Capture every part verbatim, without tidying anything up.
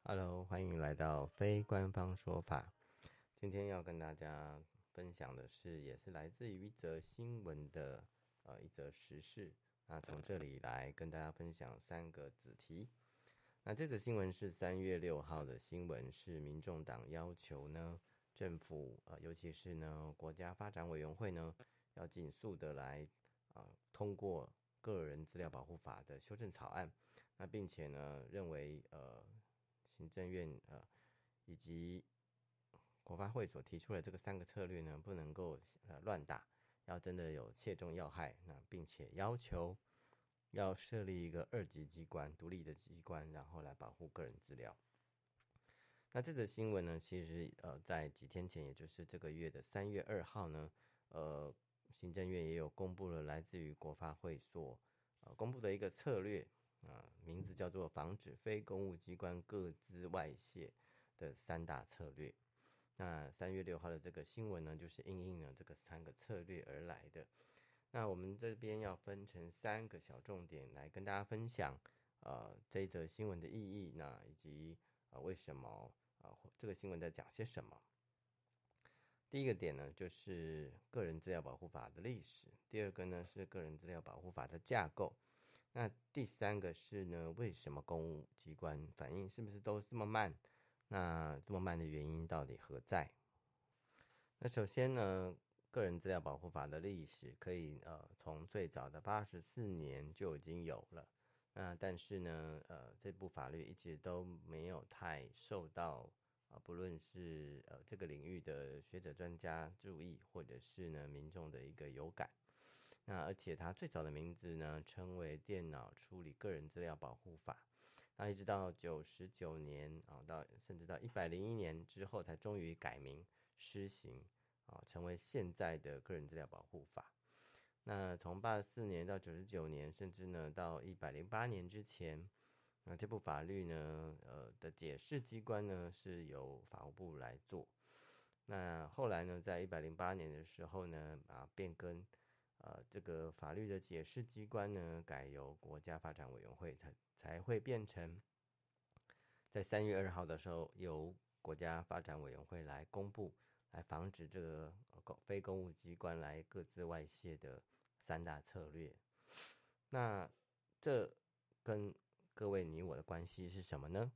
Hello，欢迎来到非官方说法。今天要跟大家分享的是，也是来自于一则新闻的呃一则时事。那从这里来跟大家分享三个子题。那这则新闻是三月六号的新闻，是民众党要求呢政府呃尤其是呢国家发展委员会呢要尽速的来呃通过个人资料保护法的修正草案。那并且呢认为呃行政院呃以及国发会所提出的这个三个策略呢，不能够呃乱打，要真的有切中要害。那并且要求要设立一个二级机关、独立的机关，然后来保护个人资料。那这则新闻呢，其实呃在几天前，也就是这个月的三月二号呢，呃行政院也有公布了来自于国发会所呃公布的一个策略啊、呃，名字叫做防止非公务机关个资外泄的三大策略。那三月六号的这个新闻呢，就是因应了这个三个策略而来的。那我们这边要分成三个小重点来跟大家分享，呃，这一则新闻的意义，那以及呃为什么呃这个新闻在讲些什么。第一个点呢，就是个人资料保护法的历史；第二个呢是个人资料保护法的架构；那第三个是呢，为什么公务机关反应是不是都这么慢？那这么慢的原因到底何在？那首先呢，个人资料保护法的历史可以呃从最早的八十四年就已经有了。那但是呢，呃，这部法律一直都没有太受到啊、呃，不论是呃这个领域的学者专家注意，或者是呢民众的一个有感。那而且它最早的名字呢，称为《电脑处理个人资料保护法》。那一直到九十九年啊，到甚至到一百零一年之后，才终于改名施行啊，成为现在的个人资料保护法。那从八十四年到九十九年，甚至呢到一百零八年之前，那这部法律呢，呃的解释机关呢是由法务部来做。那后来呢，在一百零八年的时候呢，啊变更，呃这个法律的解释机关呢改由国家发展委员会才才会变成，在三月二号的时候由国家发展委员会来公布，来防止这个非公务机关来各自外泄的三大策略。那这跟各位你我的关系是什么呢？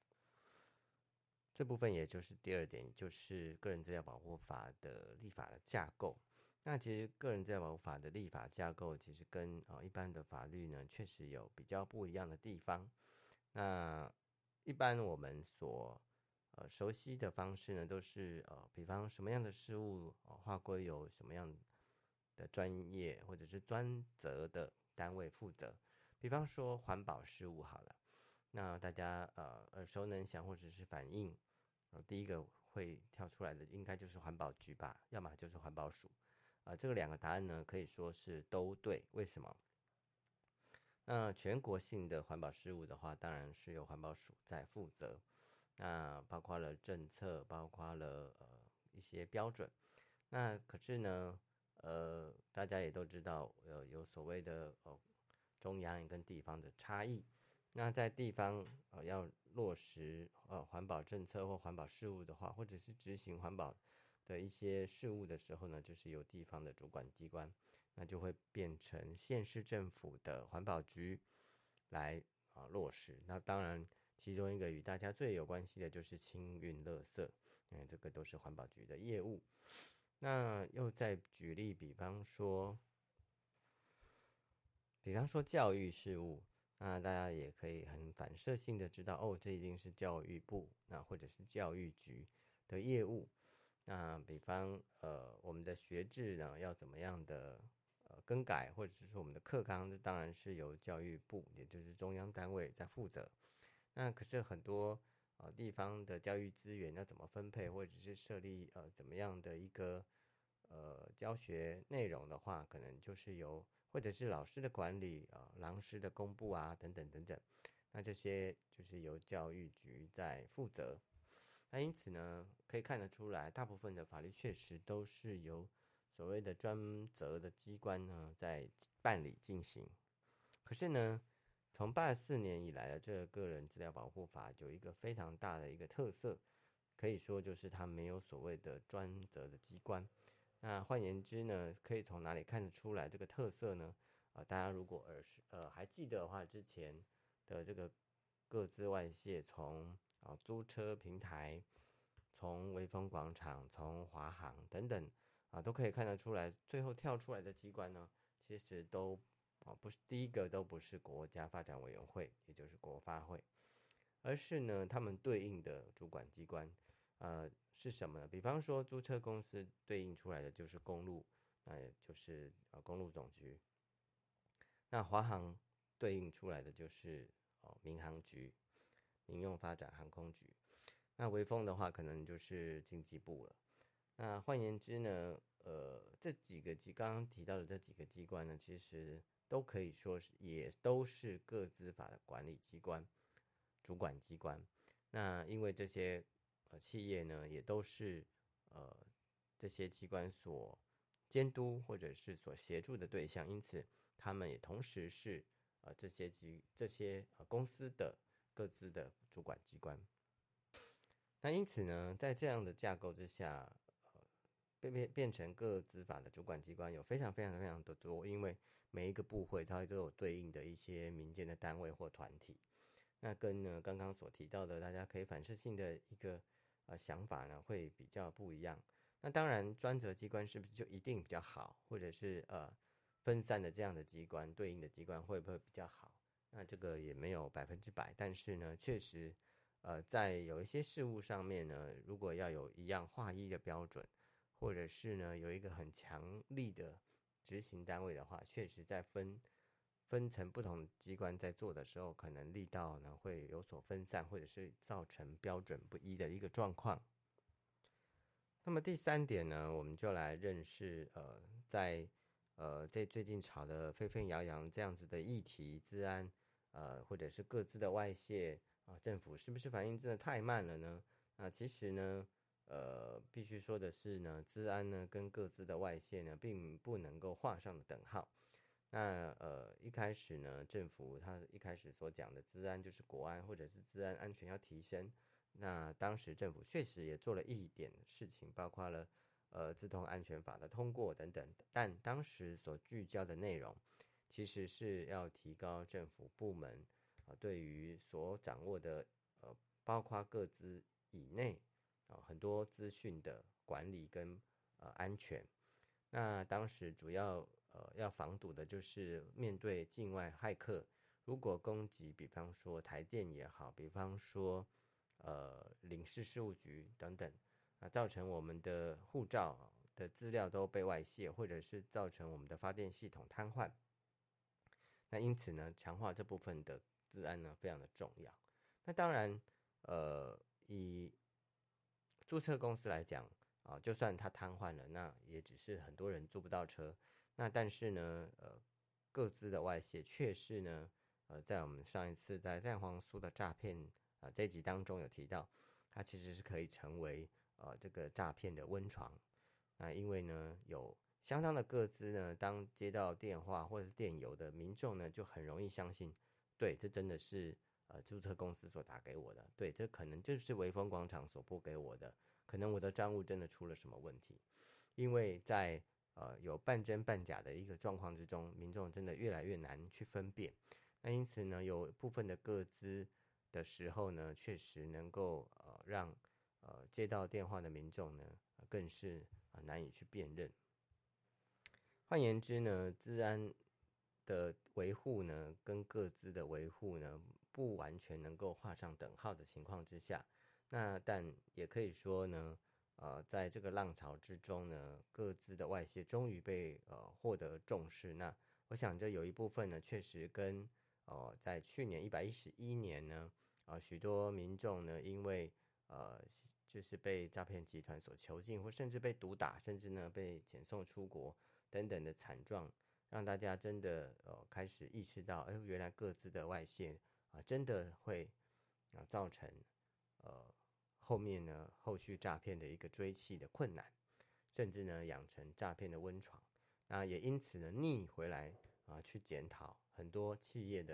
这部分也就是第二点，就是个人资料保护法的立法的架构。那其实个人资料保护法的立法架构，其实跟呃一般的法律呢，确实有比较不一样的地方。那一般我们所呃熟悉的方式呢，都是呃，比方什么样的事物呃划归由什么样的专业或者是专责的单位负责。比方说环保事务好了，那大家呃耳熟能详或者是反映，呃第一个会跳出来的应该就是环保局吧，要么就是环保署。啊、呃，这个两个答案呢可以说是都对。为什么？那全国性的环保事务的话，当然是由环保署在负责。那包括了政策，包括了呃一些标准。那可是呢，呃，大家也都知道，呃，有所谓的呃中央跟地方的差异。那在地方呃要落实呃环保政策或环保事务的话，或者是执行环保的一些事务的时候呢，就是由地方的主管机关，那就会变成县市政府的环保局来啊、呃、落实。那当然，其中一个与大家最有关系的就是清运垃圾，因为这个都是环保局的业务。那又再举例，比方说，比方说教育事务，那大家也可以很反射性的知道，哦，这一定是教育部，那或者是教育局的业务。那比方呃，我们的学制呢要怎么样的呃更改，或者是说我们的课纲，这当然是由教育部，也就是中央单位在负责。那可是很多呃地方的教育资源要怎么分配，或者是设立呃怎么样的一个呃教学内容的话，可能就是由或者是老师的管理啊、呃、老师的公布啊等等等等，那这些就是由教育局在负责。那因此呢，可以看得出来，大部分的法律确实都是由所谓的专责的机关呢在办理进行。可是呢， 从八十四年以来的这个个人资料保护法有一个非常大的一个特色，可以说就是它没有所谓的专责的机关。那换言之呢，可以从哪里看得出来这个特色呢？呃，大家如果耳熟呃还记得的话，之前的这个个资外泄从啊、呃、租车平台，从微风广场，从华航等等啊、呃，都可以看得出来，最后跳出来的机关呢，其实都啊、呃、不是第一个，都不是国家发展委员会，也就是国发会，而是呢他们对应的主管机关。呃，是什么呢？比方说租车公司对应出来的就是公路，那也就是呃公路总局。那华航对应出来的就是哦民航局，民用发展航空局。那微风的话，可能就是经济部了。那换言之呢，呃，这几个机刚刚提到的这几个机关呢，其实都可以说是也都是个资法的管理机关、主管机关。那因为这些呃企业呢，也都是呃这些机关所监督或者是所协助的对象，因此他们也同时是呃这些机这些呃公司的各自的主管机关。那因此呢，在这样的架构之下，呃，变变变成各资法的主管机关有非常非常非常的多，因为每一个部会它都有对应的一些民间的单位或团体。那跟呢刚刚所提到的，大家可以反射性的一个呃想法呢，会比较不一样。那当然，专责机关是不是就一定比较好，或者是呃分散的这样的机关对应的机关会不会比较好？那这个也没有百分之百，但是呢，确实，呃，在有一些事物上面呢，如果要有一样划一的标准，或者是呢有一个很强力的执行单位的话，确实在分分成不同机关在做的时候，可能力道呢会有所分散，或者是造成标准不一的一个状况。那么第三点呢，我们就来认识呃，在呃在最近炒得沸沸扬扬这样子的议题，资安呃或者是各自的外泄啊、政府是不是反应真的太慢了呢？那其实呢，呃，必须说的是呢，资安呢跟各自的外泄呢，并不能够画上等号。那呃，一开始呢，政府他一开始所讲的资安就是国安或者是资安安全要提升。那当时政府确实也做了一点事情，包括了呃自动安全法的通过等等。但当时所聚焦的内容，其实是要提高政府部门啊、呃、对于所掌握的呃包括各资以内啊、呃、很多资讯的管理跟呃安全。那当时主要呃要防堵的就是面对境外骇客，如果攻击，比方说台电也好，比方说呃领事事务局等等，啊，造成我们的护照的资料都被外泄，或者是造成我们的发电系统瘫痪。那因此呢，强化这部分的治安呢非常的重要。那当然，呃，以注册公司来讲啊，就算它瘫痪了，那也只是很多人租不到车。那但是呢，呃，各自的外泄确实呢，呃，在我们上一次在蛋黄酥的诈骗啊、呃、这一集当中有提到，它其实是可以成为呃这个诈骗的温床。那因为呢有相当的个资呢，当接到电话或者是电邮的民众呢，就很容易相信，对，这真的是呃注册公司所打给我的，对，这可能就是微风广场所拨给我的，可能我的账务真的出了什么问题。因为在呃有半真半假的一个状况之中，民众真的越来越难去分辨。那因此呢，有部分的个资的时候呢，确实能够呃让呃接到电话的民众呢，呃、更是、呃、难以去辨认。换言之呢，资安的维护呢，跟个资的维护呢，不完全能够画上等号的情况之下，那但也可以说呢，呃，在这个浪潮之中呢，各自的外泄终于被呃获得重视。那我想这有一部分呢，确实跟呃在去年一百一十一年呢，啊、呃、许多民众呢，因为呃就是被诈骗集团所囚禁，或甚至被毒打，甚至呢被遣送出国等等的惨状，让大家真的呃开始意识到，哎，原来各自的外泄啊、呃，真的会啊、呃、造成呃后面呢后续诈骗的一个追缉的困难，甚至呢养成诈骗的温床。那也因此呢逆回来啊、呃、去检讨很多企业的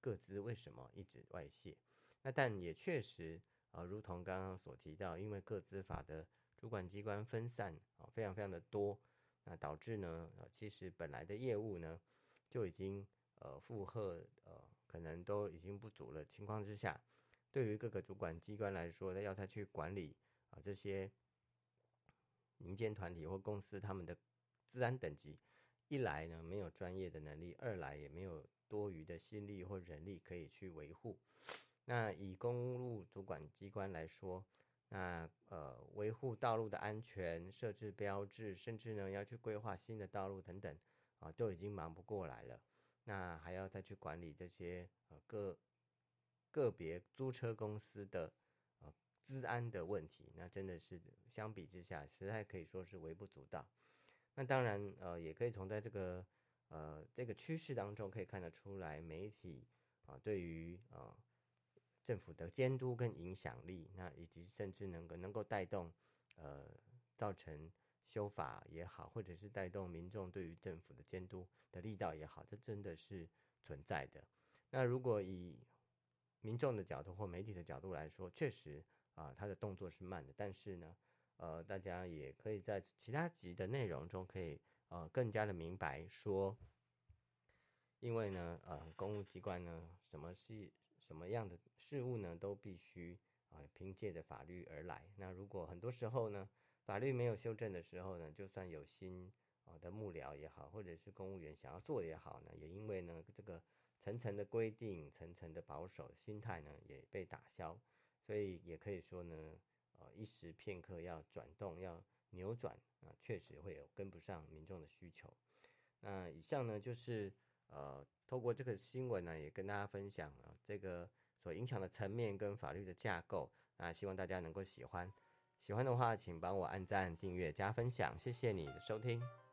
个资为什么一直外泄。那但也确实呃，如同刚刚所提到，因为个资法的主管机关分散啊、非常非常的多，那导致呢，呃，其实本来的业务呢就已经呃负荷呃可能都已经不足了情况之下，对于各个主管机关来说呢，要他去管理啊、这些民间团体或公司他们的资安等级，一来呢没有专业的能力，二来也没有多余的心力或人力可以去维护。那以公路主管机关来说，那呃维护道路的安全、设置标志，甚至呢要去规划新的道路等等啊，都已经忙不过来了。那还要再去管理这些呃个个别租车公司的呃资安的问题，那真的是相比之下，实在可以说是微不足道。那当然，呃，也可以从在这个呃这个趋势当中可以看得出来，媒体啊、对于呃政府的监督跟影响力，那以及甚至能够能够带动呃造成修法也好，或者是带动民众对于政府的监督的力道也好，这真的是存在的。那如果以民众的角度或媒体的角度来说，确实啊、他的动作是慢的，但是呢，呃，大家也可以在其他集的内容中可以呃更加的明白说，因为呢，呃，公务机关呢，什么是什么样的事务呢，都必须啊、呃、凭借着法律而来。那如果很多时候呢，法律没有修正的时候呢，就算有心啊、呃的幕僚也好，或者是公务员想要做也好呢，也因为呢这个层层的规定、层层的保守心态呢，也被打消，所以也可以说呢，呃，一时片刻要转动、要扭转啊、确实会有跟不上民众的需求。那以上呢，就是呃，透过这个新闻呢，也跟大家分享啊、呃，这个所影响的层面跟法律的架构。那希望大家能够喜欢，喜欢的话，请帮我按赞、订阅、加分享，谢谢你的收听。